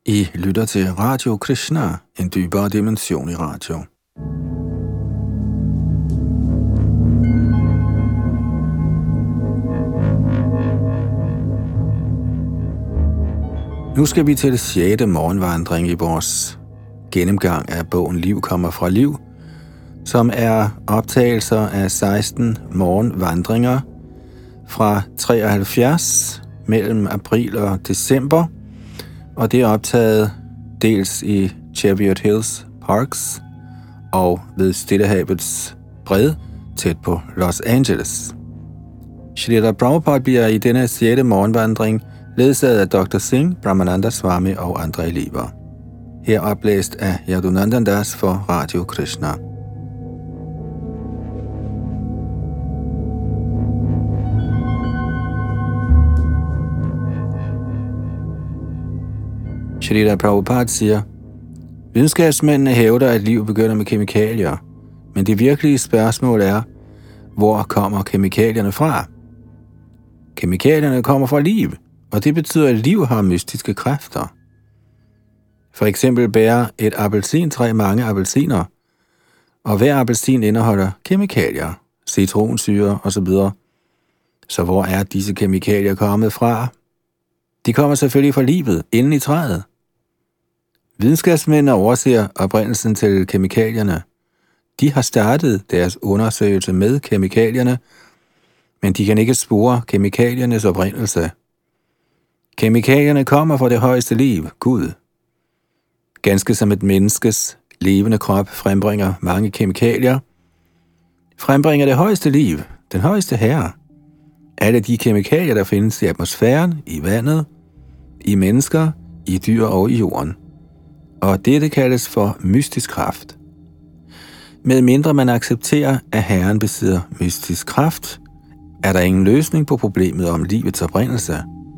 I lytter til Radio Krishna, en dybere dimension i radio. Nu skal vi til 6. morgenvandring i vores gennemgang af bogen Liv kommer fra liv, som er optagelser af 16 morgenvandringer fra 73 mellem april og december, og det er optaget dels i Cheviot Hills Parks og ved Stillehavets bred tæt på Los Angeles. Shrila Prabhupada bliver i denne 6. morgenvandring ledsaget af Dr. Singh, Brahmananda Swami og andre elever. Her oplæst af Yadunandan Das for Radio Krishna. Shrila Prabhupada siger, videnskabsmændene hævder, at liv begynder med kemikalier, men det virkelige spørgsmål er, hvor kommer kemikalierne fra? Kemikalierne kommer fra liv, og det betyder, at liv har mystiske kræfter. For eksempel bærer et appelsintræ mange appelsiner, og hver appelsin indeholder kemikalier, citronsyre osv. Så hvor er disse kemikalier kommet fra? De kommer selvfølgelig fra livet inde i træet. Videnskabsmændene overser oprindelsen til kemikalierne. De har startet deres undersøgelse med kemikalierne, men de kan ikke spore kemikaliernes oprindelse. Kemikalierne kommer fra det højeste liv, Gud. Ganske som et menneskes levende krop frembringer mange kemikalier, frembringer det højeste liv, den højeste herre. Alle de kemikalier, der findes i atmosfæren, i vandet, i mennesker, i dyr og i jorden. Og dette kaldes for mystisk kraft. Med mindre man accepterer, at Herren besidder mystisk kraft, er der ingen løsning på problemet om livets oprindelse.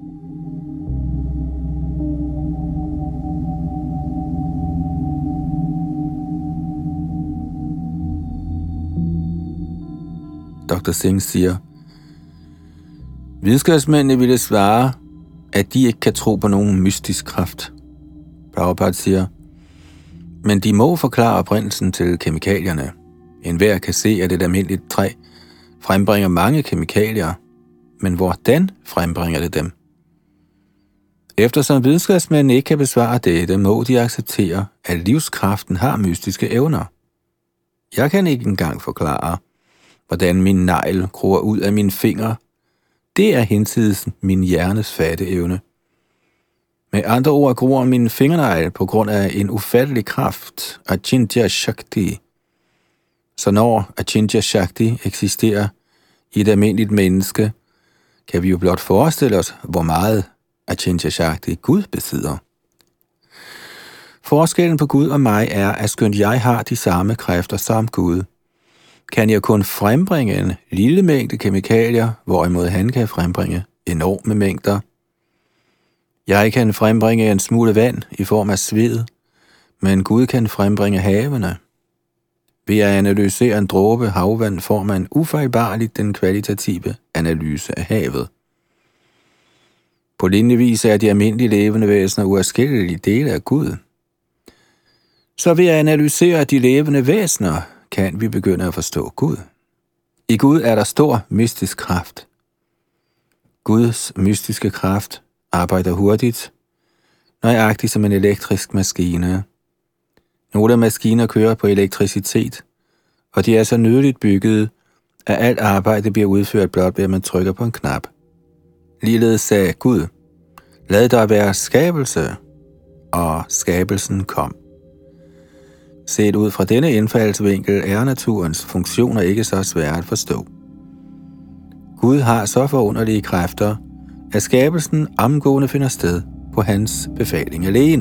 Dr. Singh siger, videnskabsmændene ville svare, at de ikke kan tro på nogen mystisk kraft. Prabhupada siger, men de må forklare oprindelsen til kemikalierne. Enhver kan se, at et almindeligt træ frembringer mange kemikalier, men hvordan frembringer det dem? Eftersom videnskabsmændene ikke kan besvare dette, må de acceptere, at livskraften har mystiske evner. Jeg kan ikke engang forklare, hvordan min negl gror ud af mine fingre. Det er hinsides min hjernes fatteevne. Med andre ord gror mine fingernegl på grund af en ufattelig kraft, Achintya Shakti. Så når Achintya Shakti eksisterer i et almindeligt menneske, kan vi jo blot forestille os, hvor meget Achintya Shakti Gud besidder. Forskellen på Gud og mig er, at skønt jeg har de samme kræfter som Gud, kan jeg kun frembringe en lille mængde kemikalier, hvorimod han kan frembringe enorme mængder. Jeg kan frembringe en smule vand i form af sved, men Gud kan frembringe havene. Ved at analysere en dråbe havvand får man ufejlbarligt den kvalitative analyse af havet. På lignende vis er de almindelige levende væsener uadskillelige dele af Gud. Så ved at analysere de levende væsener, kan vi begynde at forstå Gud. I Gud er der stor mystisk kraft. Guds mystiske kraft arbejder hurtigt, nøjagtigt som en elektrisk maskine. Nogle maskiner kører på elektricitet, og de er så nydeligt bygget, at alt arbejde bliver udført blot ved, at man trykker på en knap. Ligeledes sagde Gud, lad der være skabelse, og skabelsen kom. Set ud fra denne indfaldsvinkel er naturens funktioner ikke så svære at forstå. Gud har så forunderlige kræfter, at skabelsen omgående finder sted på hans befaling alene.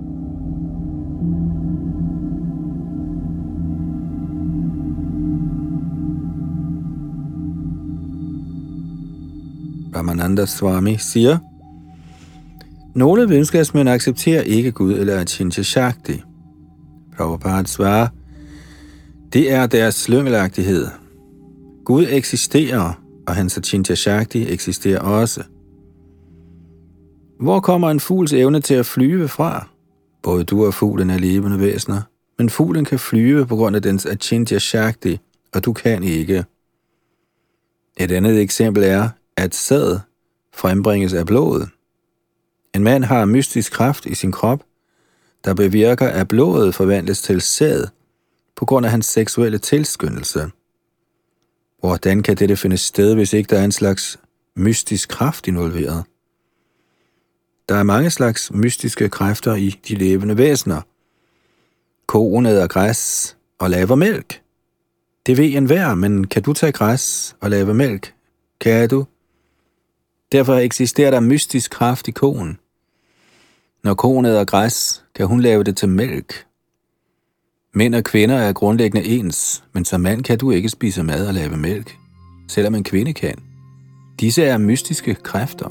Brahmananda Swami siger, nogle videnskabsmænd accepterer ikke Gud eller Achintya Shakti. Prabhupada svarer, det er deres slyngelagtighed. Gud eksisterer, og hans Achintya Shakti eksisterer også. Hvor kommer en fugls evne til at flyve fra? Både du og fuglen er levende væsener, men fuglen kan flyve på grund af dens Achintya Shakti, og du kan ikke. Et andet eksempel er, at sæd frembringes af blodet. En mand har mystisk kraft i sin krop, der bevirker, at blodet forvandles til sæd på grund af hans seksuelle tilskyndelse. Hvordan kan dette finde sted, hvis ikke der er en slags mystisk kraft involveret? Der er mange slags mystiske kræfter i de levende væsener. Koen æder græs og laver mælk. Det ved enhver, men kan du tage græs og lave mælk? Kan du? Derfor eksisterer der mystisk kraft i koen. Når koen æder græs, kan hun lave det til mælk. Mænd og kvinder er grundlæggende ens, men som mand kan du ikke spise mad og lave mælk, selvom en kvinde kan. Disse er mystiske kræfter.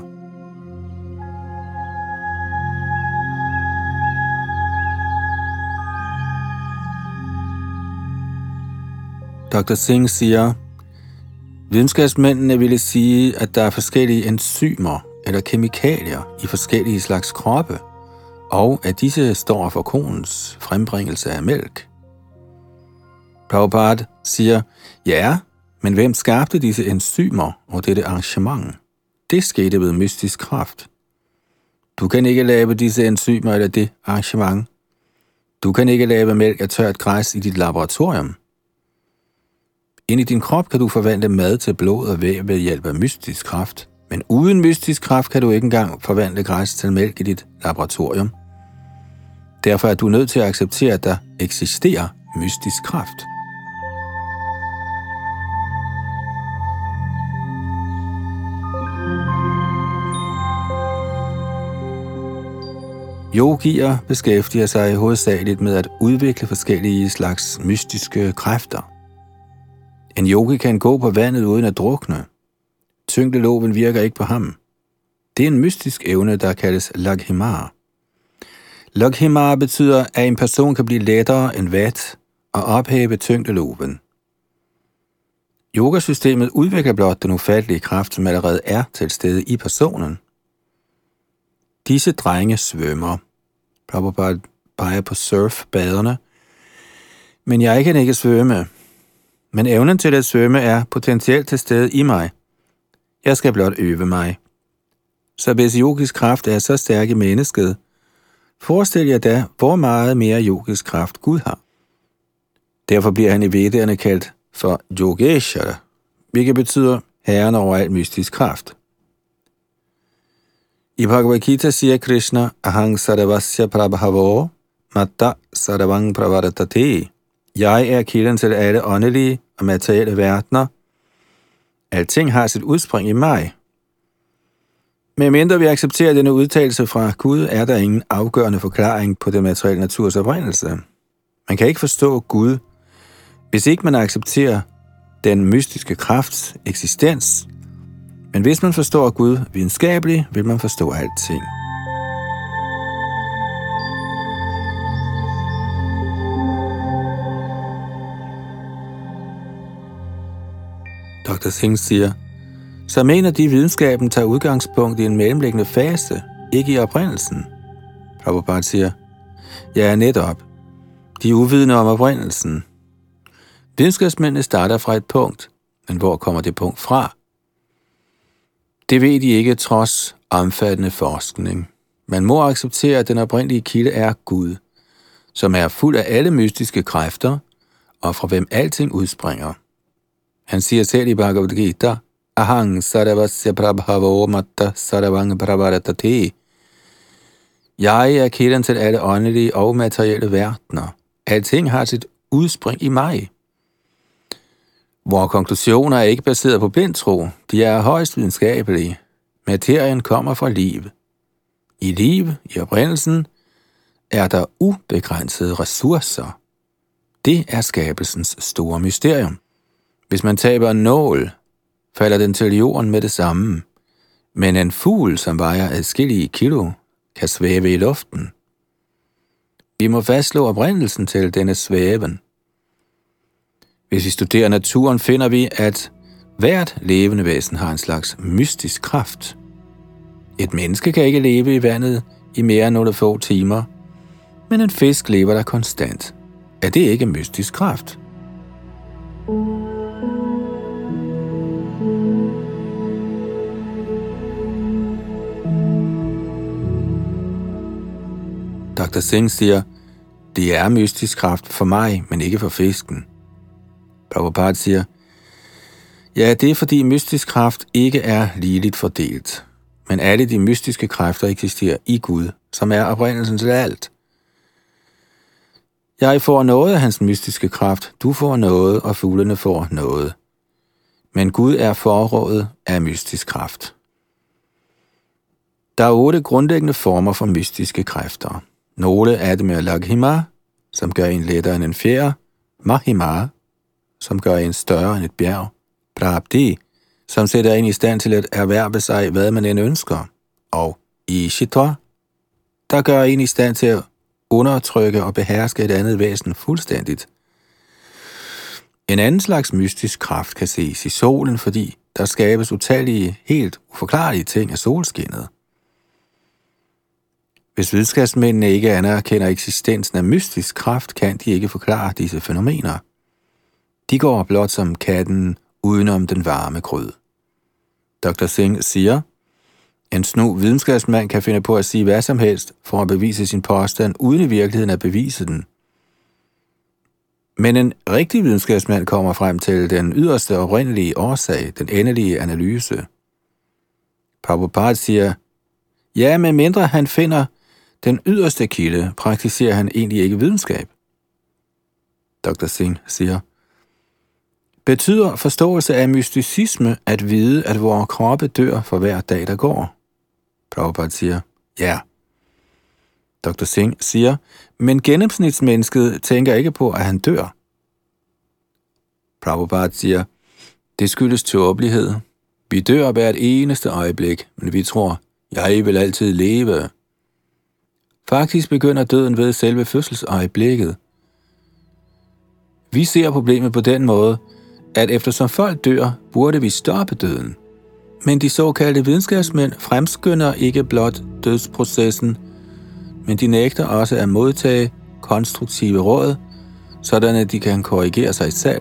Dr. Singh siger, videnskabsmændene ville sige, at der er forskellige enzymer eller kemikalier i forskellige slags kroppe, og at disse står for koens frembringelse af mælk. Prabhupada siger, ja, men hvem skabte disse enzymer og dette arrangement? Det skete ved mystisk kraft. Du kan ikke lave disse enzymer eller det arrangement. Du kan ikke lave mælk af tørt græs i dit laboratorium. Ind i din krop kan du forvandle mad til blod og væv ved hjælp af mystisk kraft, men uden mystisk kraft kan du ikke engang forvandle græs til mælk i dit laboratorium. Derfor er du nødt til at acceptere, at der eksisterer mystisk kraft. Yogier beskæftiger sig hovedsageligt med at udvikle forskellige slags mystiske kræfter. En yogi kan gå på vandet uden at drukne. Tyngdeloven virker ikke på ham. Det er en mystisk evne, der kaldes laghimara. Laghimara betyder, at en person kan blive lettere end vat og ophæve tyngdeloven. Yogasystemet udvikler blot den ufattelige kraft, som allerede er til stede i personen. Disse drenge svømmer. Prabhupada peger på surfbaderne. Men jeg kan ikke svømme. Men evnen til at svømme er potentielt til stede i mig. Jeg skal blot øve mig. Så hvis yogisk kraft er så stærk i mennesket, forestil jer da, hvor meget mere yogisk kraft Gud har. Derfor bliver han i Vedderne kaldt for Yogeshwara, hvilket betyder herren over al mystisk kraft. I Bhagavad Gita siger Krishna, Ahang sarvasya prabhavo, matta sarvang pravartate. Jeg er kilden til alle åndelige og materielle verdener. Alting har sit udspring i mig. Men mindre vi accepterer denne udtalelse fra Gud, er der ingen afgørende forklaring på den materielle naturs oprindelse. Man kan ikke forstå Gud, hvis ikke man accepterer den mystiske krafts eksistens. Men hvis man forstår Gud videnskabeligt, vil man forstå alting. Dr. Singh siger, så mener de videnskaben tager udgangspunkt i en mellemliggende fase, ikke i oprindelsen. Prabhupada siger, ja, netop. De er uvidende om oprindelsen. Videnskabsmændene starter fra et punkt, men hvor kommer det punkt fra? Det ved de ikke trods omfattende forskning. Man må acceptere, at den oprindelige kilde er Gud, som er fuld af alle mystiske kræfter, og fra hvem alting udspringer. Han siger selv i Bhagavad Gita, Ahang sarvasya prabhavo matta sarvang pravartate. Jeg er kilden til alle åndelige og materielle verdener. Alting har sit udspring i mig. Vore konklusioner er ikke baseret på blind tro. De er højst videnskabelige. Materien kommer fra liv. I liv, i oprindelsen, er der ubegrænsede ressourcer. Det er skabelsens store mysterium. Hvis man taber en nål, falder den til jorden med det samme. Men en fugl, som vejer adskillige kilo, kan svæve i luften. Vi må fastslå oprindelsen til denne svæven. Hvis vi studerer naturen, finder vi, at hvert levende væsen har en slags mystisk kraft. Et menneske kan ikke leve i vandet i mere end nogle få timer, men en fisk lever der konstant. Er det ikke mystisk kraft? Dr. Singh siger, det er mystisk kraft for mig, men ikke for fisken. Prabhupada siger, ja, det er fordi mystisk kraft ikke er ligeligt fordelt, men alle de mystiske kræfter eksisterer i Gud, som er oprindelsen til alt. Jeg får noget af hans mystiske kraft, du får noget, og fuglene får noget. Men Gud er forrådet af mystisk kraft. Der er 8 grundlæggende former for mystiske kræfter. Nogle af dem er Laghima, som gør en lettere end en fjer, Mahima, som gør en større end et bjerg, Prabdi, som sætter en i stand til at erhverve sig, hvad man end ønsker, og Ishitwa, der gør en i stand til at undertrykke og beherske et andet væsen fuldstændigt. En anden slags mystisk kraft kan ses i solen, fordi der skabes utallige, helt uforklarlige ting af solskinnet. Hvis videnskabsmændene ikke anerkender eksistensen af mystisk kraft, kan de ikke forklare disse fænomener. De går blot som katten udenom den varme grød. Dr. Singh siger, en snu videnskabsmand kan finde på at sige hvad som helst for at bevise sin påstand, uden i virkeligheden at bevise den. Men en rigtig videnskabsmand kommer frem til den yderste oprindelige årsag, den endelige analyse. Prabhupada siger, ja, med mindre han finder den yderste kilde, praktiserer han egentlig ikke videnskab. Dr. Singh siger, betyder forståelse af mysticisme at vide, at vores kroppe dør for hver dag, der går? Prabhupada siger, ja. Dr. Singh siger, men gennemsnitsmennesket tænker ikke på, at han dør. Prabhupada siger, det skyldes tåbelighed. Vi dør hvert eneste øjeblik, men vi tror, jeg vil altid leve. Faktisk begynder døden ved selve fødselsøjeblikket. Vi ser problemet på den måde, at eftersom folk dør, burde vi stoppe døden. Men de såkaldte videnskabsmænd fremskynder ikke blot dødsprocessen, men de nægter også at modtage konstruktive råd, sådan at de kan korrigere sig selv.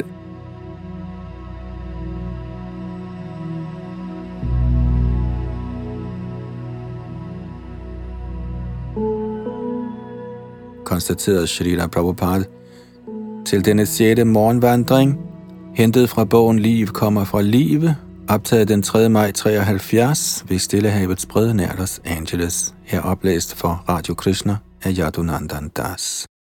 Konstaterede Srila Prabhupada til denne 6. morgenvandring, hentet fra bogen Liv kommer fra live, optaget den 3. maj 73 ved Stillehavets bred nær Los Angeles, her oplæst for Radio Krishna af Yadunandan Das.